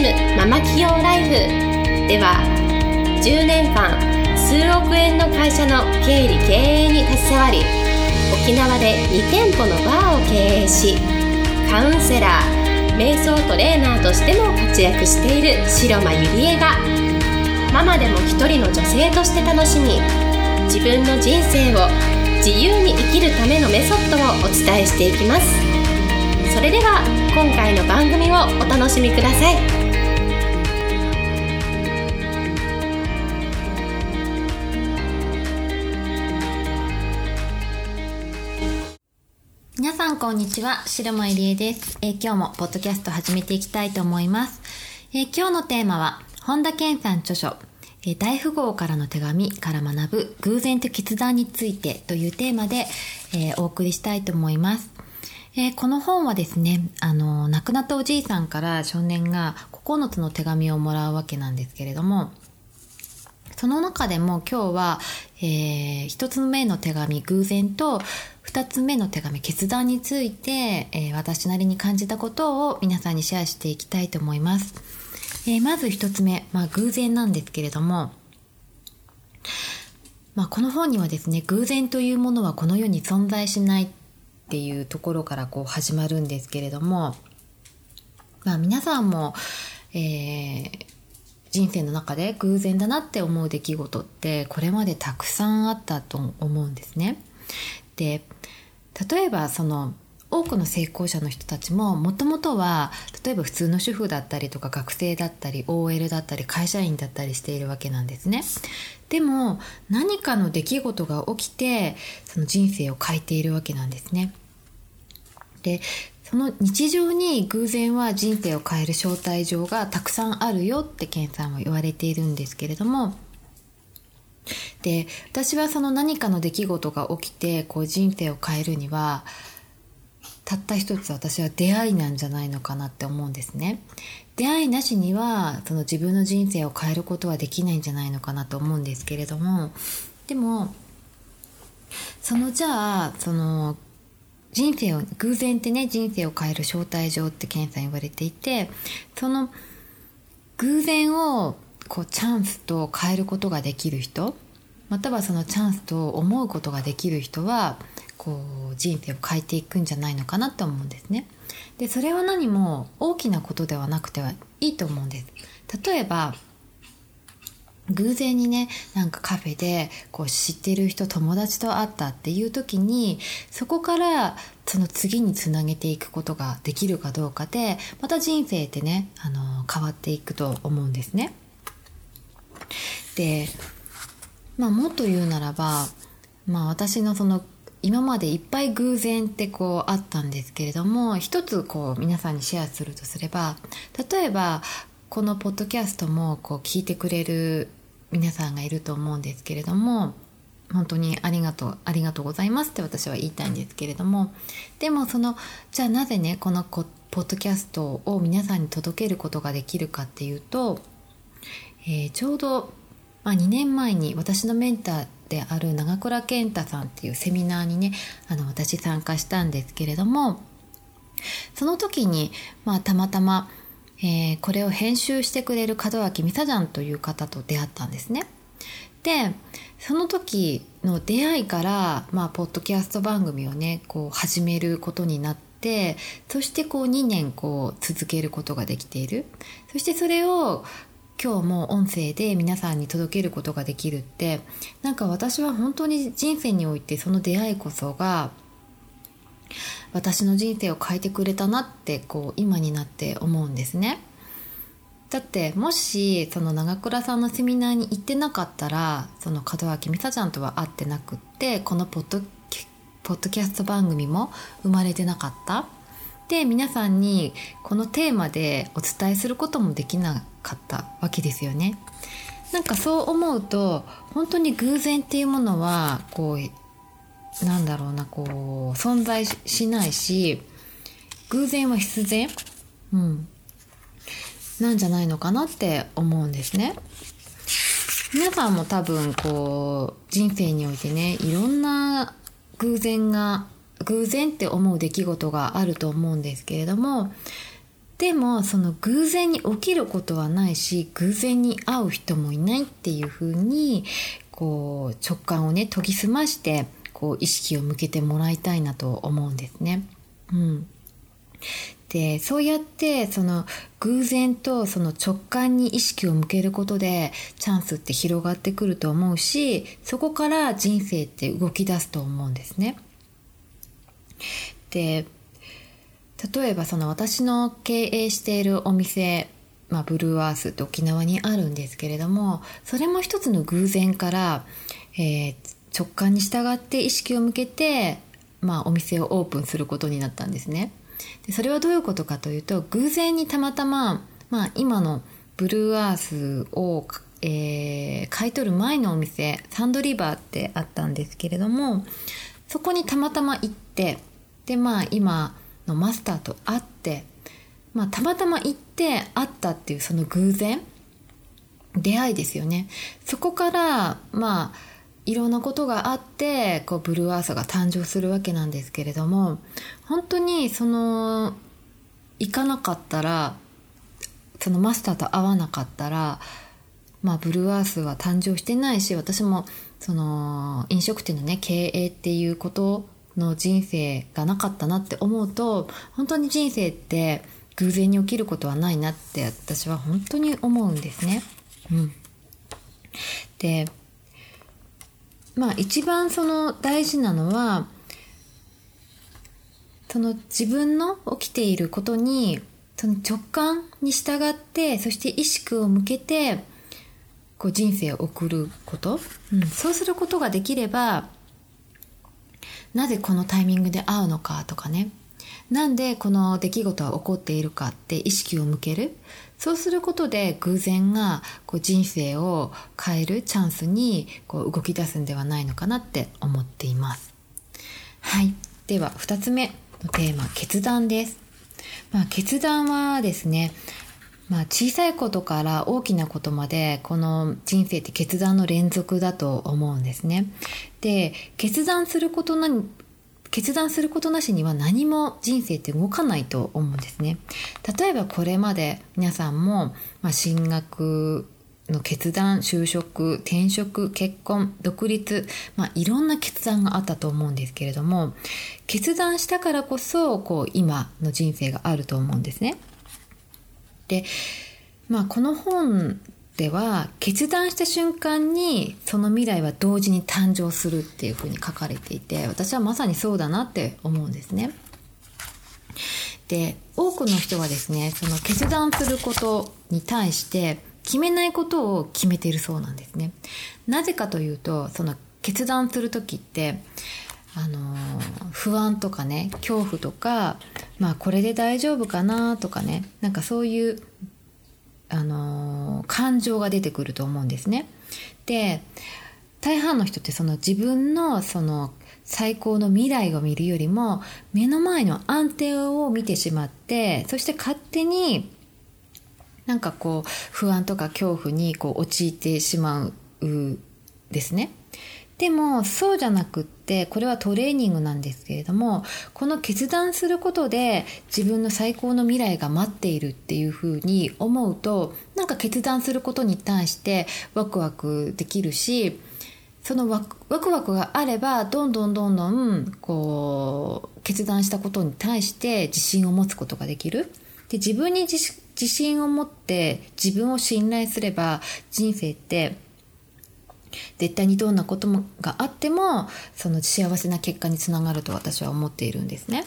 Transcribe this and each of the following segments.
ママ企業ライフでは、10年間数億円の会社の経理経営に携わり、沖縄で2店舗のバーを経営し、カウンセラー、瞑想トレーナーとしても活躍している白間ゆりえが、ママでも一人の女性として楽しみ、自分の人生を自由に生きるためのメソッドをお伝えしていきます。それでは今回の番組をお楽しみください。 皆さんこんにちは、白間ゆりえです。今日もポッドキャスト始めていきたいと思います。今日のテーマは本田健さん著書、大富豪からの手紙から学ぶ偶然と決断についてというテーマで、お送りしたいと思います。この本はですね、亡くなったおじいさんから少年が9つの手紙をもらうわけなんですけれども、その中でも今日は、1つ目の手紙偶然と2つ目の手紙決断について、私なりに感じたことを皆さんにシェアしていきたいと思います。まず1つ目、偶然なんですけれども、この本にはですね、偶然というものはこの世に存在しないっていうところから始まるんですけれども、皆さんも、人生の中で偶然だなって思う出来事ってこれまでたくさんあったと思うんですね。で、例えば多くの成功者の人たちももともとは例えば普通の主婦だったりとか学生だったり OL だったり会社員だったりしているわけなんですね。でも何かの出来事が起きてその人生を変えているわけなんですね。で、その日常に偶然は人生を変える招待状がたくさんあるよってケンさんは言われているんですけれども、で、私はその何かの出来事が起きて人生を変えるにはたった一つ、私は出会いなんじゃないのかなって思うんですね。出会いなしにはその自分の人生を変えることはできないんじゃないのかなと思うんですけれども、でもじゃあ人生を偶然ってね、人生を変える招待状ってケンさん言われていて、その偶然をチャンスと変えることができる人、またはそのチャンスと思うことができる人は人生を変えていくんじゃないのかなと思うんですね。で、それは何も大きなことではなくてはいいと思うんです。例えば偶然にね、カフェで知ってる人、友達と会ったっていう時に、そこからその次につなげていくことができるかどうかで、また人生ってね、変わっていくと思うんですね。で、もっと言うならば、私の今までいっぱい偶然ってあったんですけれども、一つ皆さんにシェアするとすれば、例えばこのポッドキャストも聞いてくれる皆さんがいると思うんですけれども、本当にありがとうございますって私は言いたいんですけれども、でもじゃあなぜね、このポッドキャストを皆さんに届けることができるかっていうと、ちょうど、2年前に私のメンターである長倉健太さんっていうセミナーにね、私参加したんですけれども、その時に、たまたまこれを編集してくれる門脇美沙ちゃんという方と出会ったんですね。で、その時の出会いから、ポッドキャスト番組をね始めることになって、そして2年続けることができている。そしてそれを今日も音声で皆さんに届けることができるって、私は本当に人生においてその出会いこそが私の人生を変えてくれたなって今になって思うんですね。だってもしその長倉さんのセミナーに行ってなかったら、その門脇美沙ちゃんとは会ってなくって、このポッドキャスト番組も生まれてなかった。で、皆さんにこのテーマでお伝えすることもできなかったわけですよね。そう思うと、本当に偶然っていうものは存在しないし、偶然は必然、なんじゃないのかなって思うんですね。皆さんも多分人生においてね、いろんな偶然って思う出来事があると思うんですけれども、 でもその偶然に起きることはないし、偶然に会う人もいないっていう風にこう直感をね研ぎ澄ましてこう意識を向けてもらいたいなと思うんですね。でそうやってその偶然とその直感に意識を向けることでチャンスって広がってくると思うし、そこから人生って動き出すと思うんですね。で例えばその私の経営しているお店、ブルーアースって沖縄にあるんですけれども、それも一つの偶然から、直感に従って意識を向けて、お店をオープンすることになったんですね。でそれはどういうことかというと、偶然にたまたま、今のブルーアースを、買い取る前のお店サンドリバーってあったんですけれども、そこにたまたま行って、で今のマスターと会って、たまたま行って会ったっていうその偶然出会いですよね。そこからいろんなことがあってこうブルーアースが誕生するわけなんですけれども、本当にその行かなかったら、そのマスターと会わなかったら、ブルーアースは誕生してないし、私もその飲食店のね経営っていうことの人生がなかったなって思うと、本当に人生って偶然に起きることはないなって私は本当に思うんですね。で一番その大事なのは、その自分の起きていることにその直感に従って、そして意識を向けてこう人生を送ること、そうすることができれば、なぜこのタイミングで会うのかとかね、なんでこの出来事は起こっているかって意識を向ける。そうすることで偶然がこう人生を変えるチャンスにこう動き出すんではないのかなって思っています。はい、では2つ目のテーマ、決断です。決断はですね、小さいことから大きなことまでこの人生って決断の連続だと思うんですね。で決断することなしには何も人生って動かないと思うんですね。例えばこれまで皆さんも、進学の決断、就職、転職、結婚、独立、いろんな決断があったと思うんですけれども、決断したからこそこう今の人生があると思うんですね。で、この本では決断した瞬間にその未来は同時に誕生するっていうふうに書かれていて、私はまさにそうだなって思うんですね。で、多くの人はですね、その決断することに対して決めないことを決めているそうなんですね。なぜかというと、その決断する時って不安とかね、恐怖とか、これで大丈夫かなとかね、そういう感情が出てくると思うんですね。で、大半の人ってその自分のその最高の未来を見るよりも目の前の安定を見てしまって、そして勝手に不安とか恐怖に陥ってしまうですね。でもそうじゃなくって、これはトレーニングなんですけれども、この決断することで自分の最高の未来が待っているっていうふうに思うと、決断することに対してワクワクできるし、そのワクワクがあればどんどんこう決断したことに対して自信を持つことができる。で、自分に自信を持って自分を信頼すれば、人生って絶対にどんなことがあってもその幸せな結果につながると私は思っているんですね。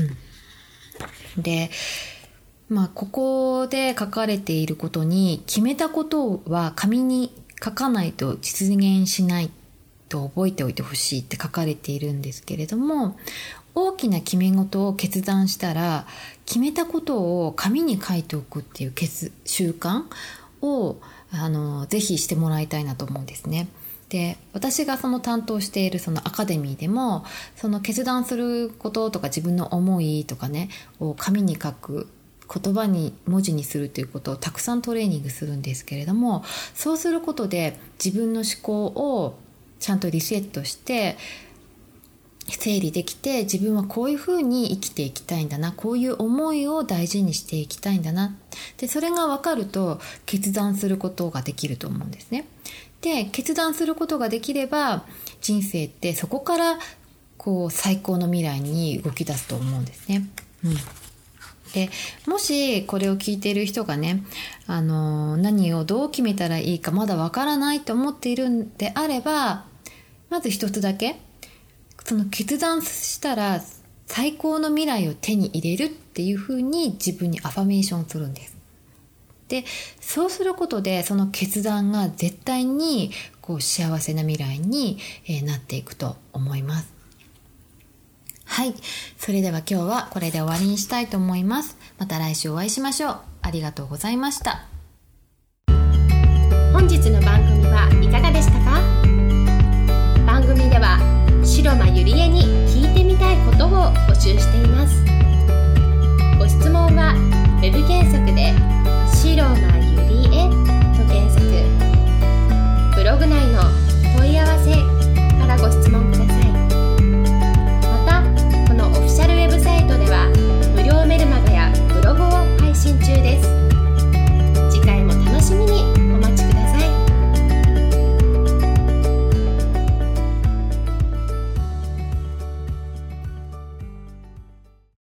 で、ここで書かれていることに、決めたことは紙に書かないと実現しないと覚えておいてほしいって書かれているんですけれども、大きな決め事を決断したら、決めたことを紙に書いておくっていう習慣をぜひしてもらいたいなと思うんですね。で、私がその担当しているそのアカデミーでも、その決断することとか自分の思いとかねを紙に書く、言葉に文字にするということをたくさんトレーニングするんですけれども、そうすることで自分の思考をちゃんとリセットして、 整理できて、自分はこういうふうに生きていきたいんだな、こういう思いを大事にしていきたいんだな、でそれが分かると決断することができると思うんですね。で決断することができれば人生ってそこから最高の未来に動き出すと思うんですね。でもしこれを聞いている人がね、何をどう決めたらいいかまだわからないと思っているんであれば、まず一つだけ、その決断したら最高の未来を手に入れるっていうふうに自分にアファメーションするんです。でそうすることでその決断が絶対に幸せな未来になっていくと思います。はい、それでは今日はこれで終わりにしたいと思います。また来週お会いしましょう。ありがとうございました。 本日の番組はいかがでしたか？番組では白間ゆりえに聞いてみたいことを募集しています。ご質問はウェブ検索で